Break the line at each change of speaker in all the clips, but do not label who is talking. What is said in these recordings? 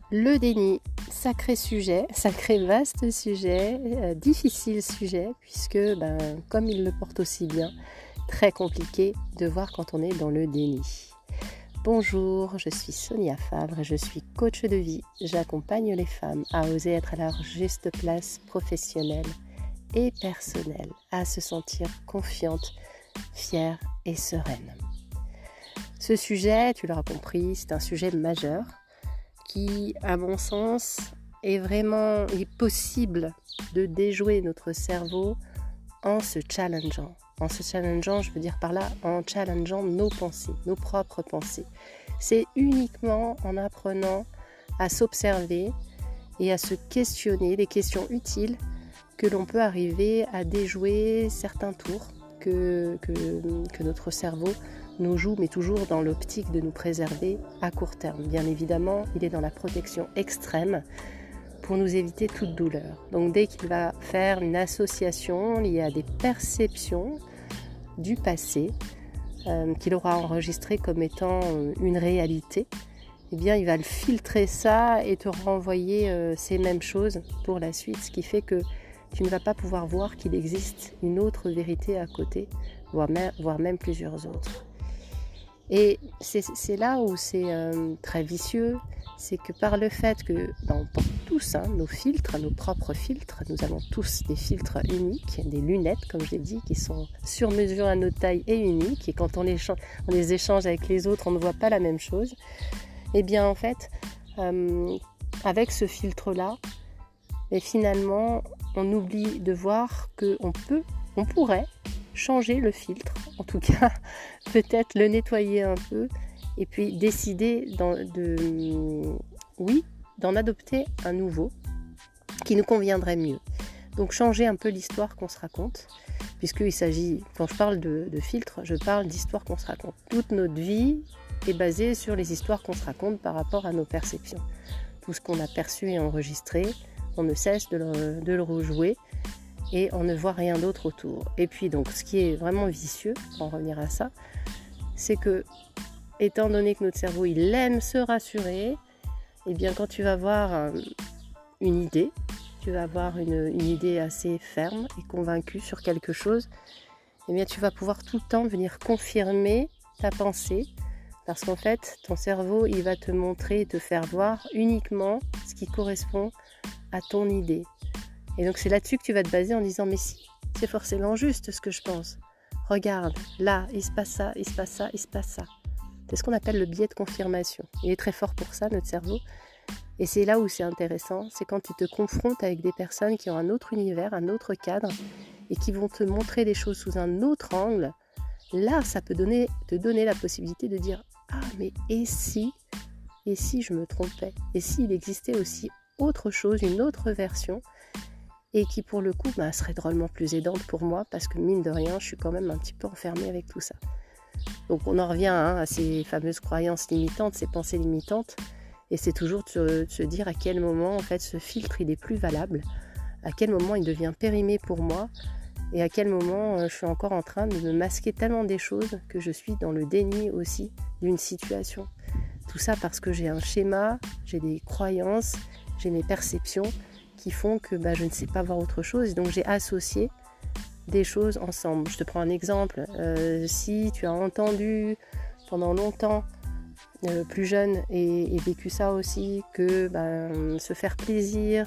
Le déni, sacré sujet, sacré vaste sujet, difficile sujet, puisque, comme il le porte aussi bien, très compliqué de voir quand on est dans le déni. Bonjour, je suis Sonia Favre, je suis coach de vie. J'accompagne les femmes à oser être à leur juste place professionnelle et personnelle, à se sentir confiante, fière et sereine. Ce sujet, tu l'auras compris, c'est un sujet majeur qui, à mon sens, il est possible de déjouer notre cerveau en se challengeant. En se challengeant, je veux dire par là, en challengeant nos pensées, nos propres pensées. C'est uniquement en apprenant à s'observer et à se questionner, des questions utiles, que l'on peut arriver à déjouer certains tours que notre cerveau nous joue, mais toujours dans l'optique de nous préserver à court terme. Bien évidemment, il est dans la protection extrême pour nous éviter toute douleur. Donc dès qu'il va faire une association liée à des perceptions du passé qu'il aura enregistré comme étant une réalité, eh bien il va le filtrer ça et te renvoyer ces mêmes choses pour la suite, ce qui fait que tu ne vas pas pouvoir voir qu'il existe une autre vérité à côté, voire même plusieurs autres. Et c'est là où c'est très vicieux, c'est que par le fait que on porte tous nos filtres, nos propres filtres, nous avons tous des filtres uniques, des lunettes comme je l'ai dit, qui sont sur mesure à notre taille et uniques, et quand on les échange avec les autres, on ne voit pas la même chose. Et bien en fait, avec ce filtre-là, et finalement, on oublie de voir qu'on pourrait changer le filtre, en tout cas, peut-être le nettoyer un peu, et puis décider d'en adopter un nouveau qui nous conviendrait mieux. Donc changer un peu l'histoire qu'on se raconte, puisqu'il s'agit, quand je parle de filtre, je parle d'histoire qu'on se raconte. Toute notre vie est basée sur les histoires qu'on se raconte par rapport à nos perceptions. Tout ce qu'on a perçu et enregistré, on ne cesse de le rejouer et on ne voit rien d'autre autour. Et puis donc ce qui est vraiment vicieux, pour en revenir à ça, c'est que, étant donné que notre cerveau il aime se rassurer, et bien quand tu vas avoir une idée, tu vas avoir une idée assez ferme et convaincue sur quelque chose, et bien tu vas pouvoir tout le temps venir confirmer ta pensée, parce qu'en fait ton cerveau il va te montrer et te faire voir uniquement ce qui correspond à ton idée. Et donc c'est là-dessus que tu vas te baser en disant mais si, c'est forcément juste ce que je pense. Regarde, là, il se passe ça, il se passe ça, il se passe ça. C'est ce qu'on appelle le biais de confirmation. Il est très fort pour ça, notre cerveau. Et c'est là où c'est intéressant, c'est quand tu te confrontes avec des personnes qui ont un autre univers, un autre cadre, et qui vont te montrer les choses sous un autre angle. Là, ça peut te donner la possibilité de dire « Ah, mais et si je me trompais? Et s'il existait aussi autre chose, une autre version ?» et qui pour le coup serait drôlement plus aidante pour moi, parce que mine de rien, je suis quand même un petit peu enfermée avec tout ça. Donc on en revient à ces fameuses croyances limitantes, ces pensées limitantes, et c'est toujours de se dire à quel moment en fait ce filtre il est plus valable, à quel moment il devient périmé pour moi, et à quel moment je suis encore en train de me masquer tellement des choses que je suis dans le déni aussi d'une situation. Tout ça parce que j'ai un schéma, j'ai des croyances, j'ai mes perceptions qui font que je ne sais pas voir autre chose, et donc j'ai associé des choses ensemble. Je te prends un exemple. Si tu as entendu pendant longtemps, plus jeune, et vécu ça aussi, que se faire plaisir,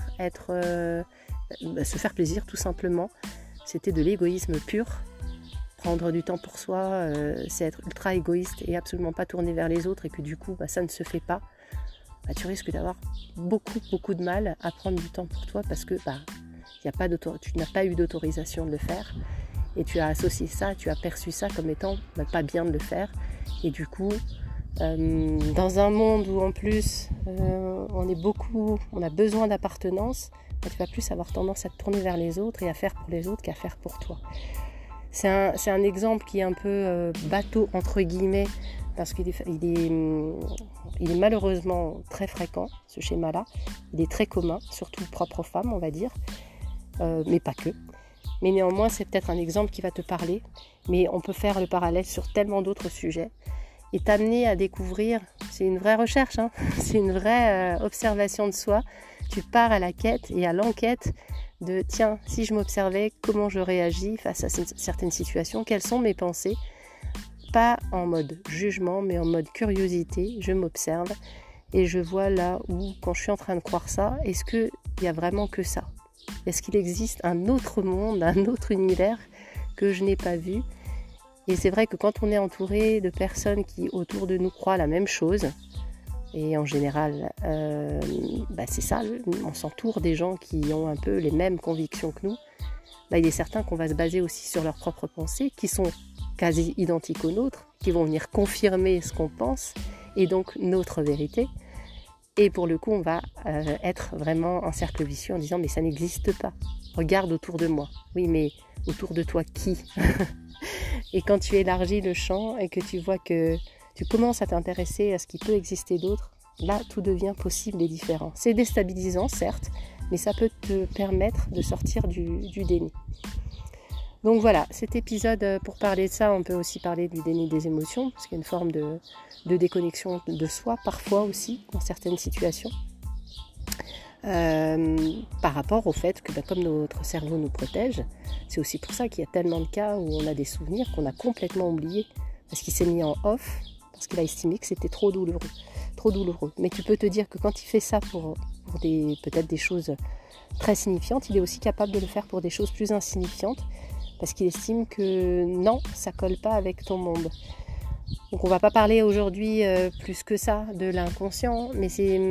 se faire plaisir tout simplement, c'était de l'égoïsme pur. Prendre du temps pour soi, c'est être ultra égoïste et absolument pas tourné vers les autres, et que du coup ça ne se fait pas. Tu risques d'avoir beaucoup de mal à prendre du temps pour toi, parce que tu n'as pas eu d'autorisation de le faire, et tu as associé ça, tu as perçu ça comme étant pas bien de le faire, et du coup dans un monde où en plus on a besoin d'appartenance, tu vas plus avoir tendance à te tourner vers les autres et à faire pour les autres qu'à faire pour toi. C'est un exemple qui est un peu bateau entre guillemets, parce qu'il est malheureusement très fréquent, ce schéma-là. Il est très commun, surtout propre aux femmes, on va dire, mais pas que. Mais néanmoins, c'est peut-être un exemple qui va te parler, mais on peut faire le parallèle sur tellement d'autres sujets. et t'amener à découvrir. C'est une vraie recherche, hein. C'est une vraie observation de soi. Tu pars à la quête et à l'enquête de tiens, si je m'observais, comment je réagis face à certaines situations, quelles sont mes pensées, pas en mode jugement, mais en mode curiosité. Je m'observe et je vois là où, quand je suis en train de croire ça, est-ce qu'il y a vraiment que ça ? Est-ce qu'il existe un autre monde, un autre univers que je n'ai pas vu ? Et c'est vrai que quand on est entouré de personnes qui autour de nous croient la même chose, et en général, c'est ça, on s'entoure des gens qui ont un peu les mêmes convictions que nous, il est certain qu'on va se baser aussi sur leurs propres pensées, qui sont quasi identiques aux nôtres, qui vont venir confirmer ce qu'on pense, et donc notre vérité. Et pour le coup, on va être vraiment en cercle vicieux en disant « mais ça n'existe pas, regarde autour de moi ». Oui, mais autour de toi, qui ? Et quand tu élargis le champ et que tu vois que tu commences à t'intéresser à ce qui peut exister d'autre, là, tout devient possible et différent. C'est déstabilisant, certes, mais ça peut te permettre de sortir du déni. Donc voilà, cet épisode, pour parler de ça, on peut aussi parler du déni des émotions, parce qu'il y a une forme de déconnexion de soi, parfois aussi, dans certaines situations. Par rapport au fait que comme notre cerveau nous protège, c'est aussi pour ça qu'il y a tellement de cas où on a des souvenirs qu'on a complètement oubliés, parce qu'il s'est mis en off, parce qu'il a estimé que c'était trop douloureux. Mais tu peux te dire que quand il fait ça pour peut-être des choses très signifiantes, il est aussi capable de le faire pour des choses plus insignifiantes, parce qu'il estime que non, ça colle pas avec ton monde. Donc on va pas parler aujourd'hui plus que ça de l'inconscient, mais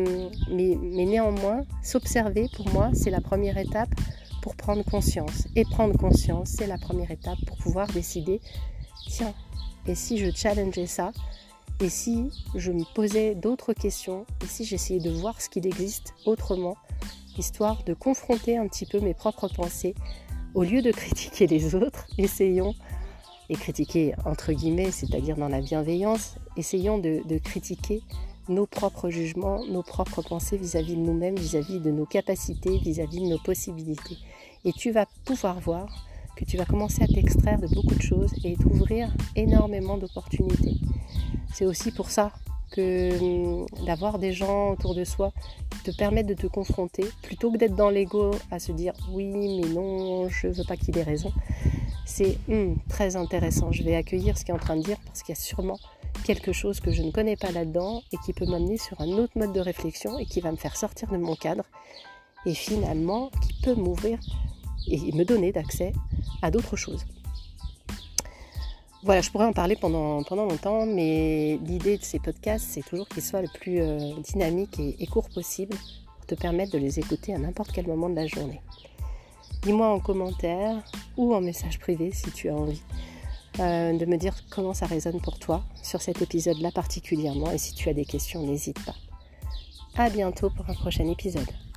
néanmoins, s'observer pour moi, c'est la première étape pour prendre conscience. Et prendre conscience, c'est la première étape pour pouvoir décider, tiens, et si je challengeais ça ? Et si je me posais d'autres questions, et si j'essayais de voir ce qu'il existe autrement, histoire de confronter un petit peu mes propres pensées, au lieu de critiquer les autres, essayons, et critiquer entre guillemets, c'est-à-dire dans la bienveillance, essayons de critiquer nos propres jugements, nos propres pensées vis-à-vis de nous-mêmes, vis-à-vis de nos capacités, vis-à-vis de nos possibilités. Et tu vas pouvoir voir que tu vas commencer à t'extraire de beaucoup de choses et t'ouvrir énormément d'opportunités. C'est aussi pour ça que d'avoir des gens autour de soi qui te permettent de te confronter, plutôt que d'être dans l'ego à se dire « oui, mais non, je ne veux pas qu'il ait raison », c'est très intéressant. Je vais accueillir ce qu'il est en train de dire parce qu'il y a sûrement quelque chose que je ne connais pas là-dedans et qui peut m'amener sur un autre mode de réflexion et qui va me faire sortir de mon cadre et finalement qui peut m'ouvrir et me donner d'accès à d'autres choses. Voilà, je pourrais en parler pendant longtemps, mais l'idée de ces podcasts, c'est toujours qu'ils soient le plus dynamiques et courts possible pour te permettre de les écouter à n'importe quel moment de la journée. Dis-moi en commentaire ou en message privé si tu as envie de me dire comment ça résonne pour toi sur cet épisode-là particulièrement, et si tu as des questions, n'hésite pas. À bientôt pour un prochain épisode.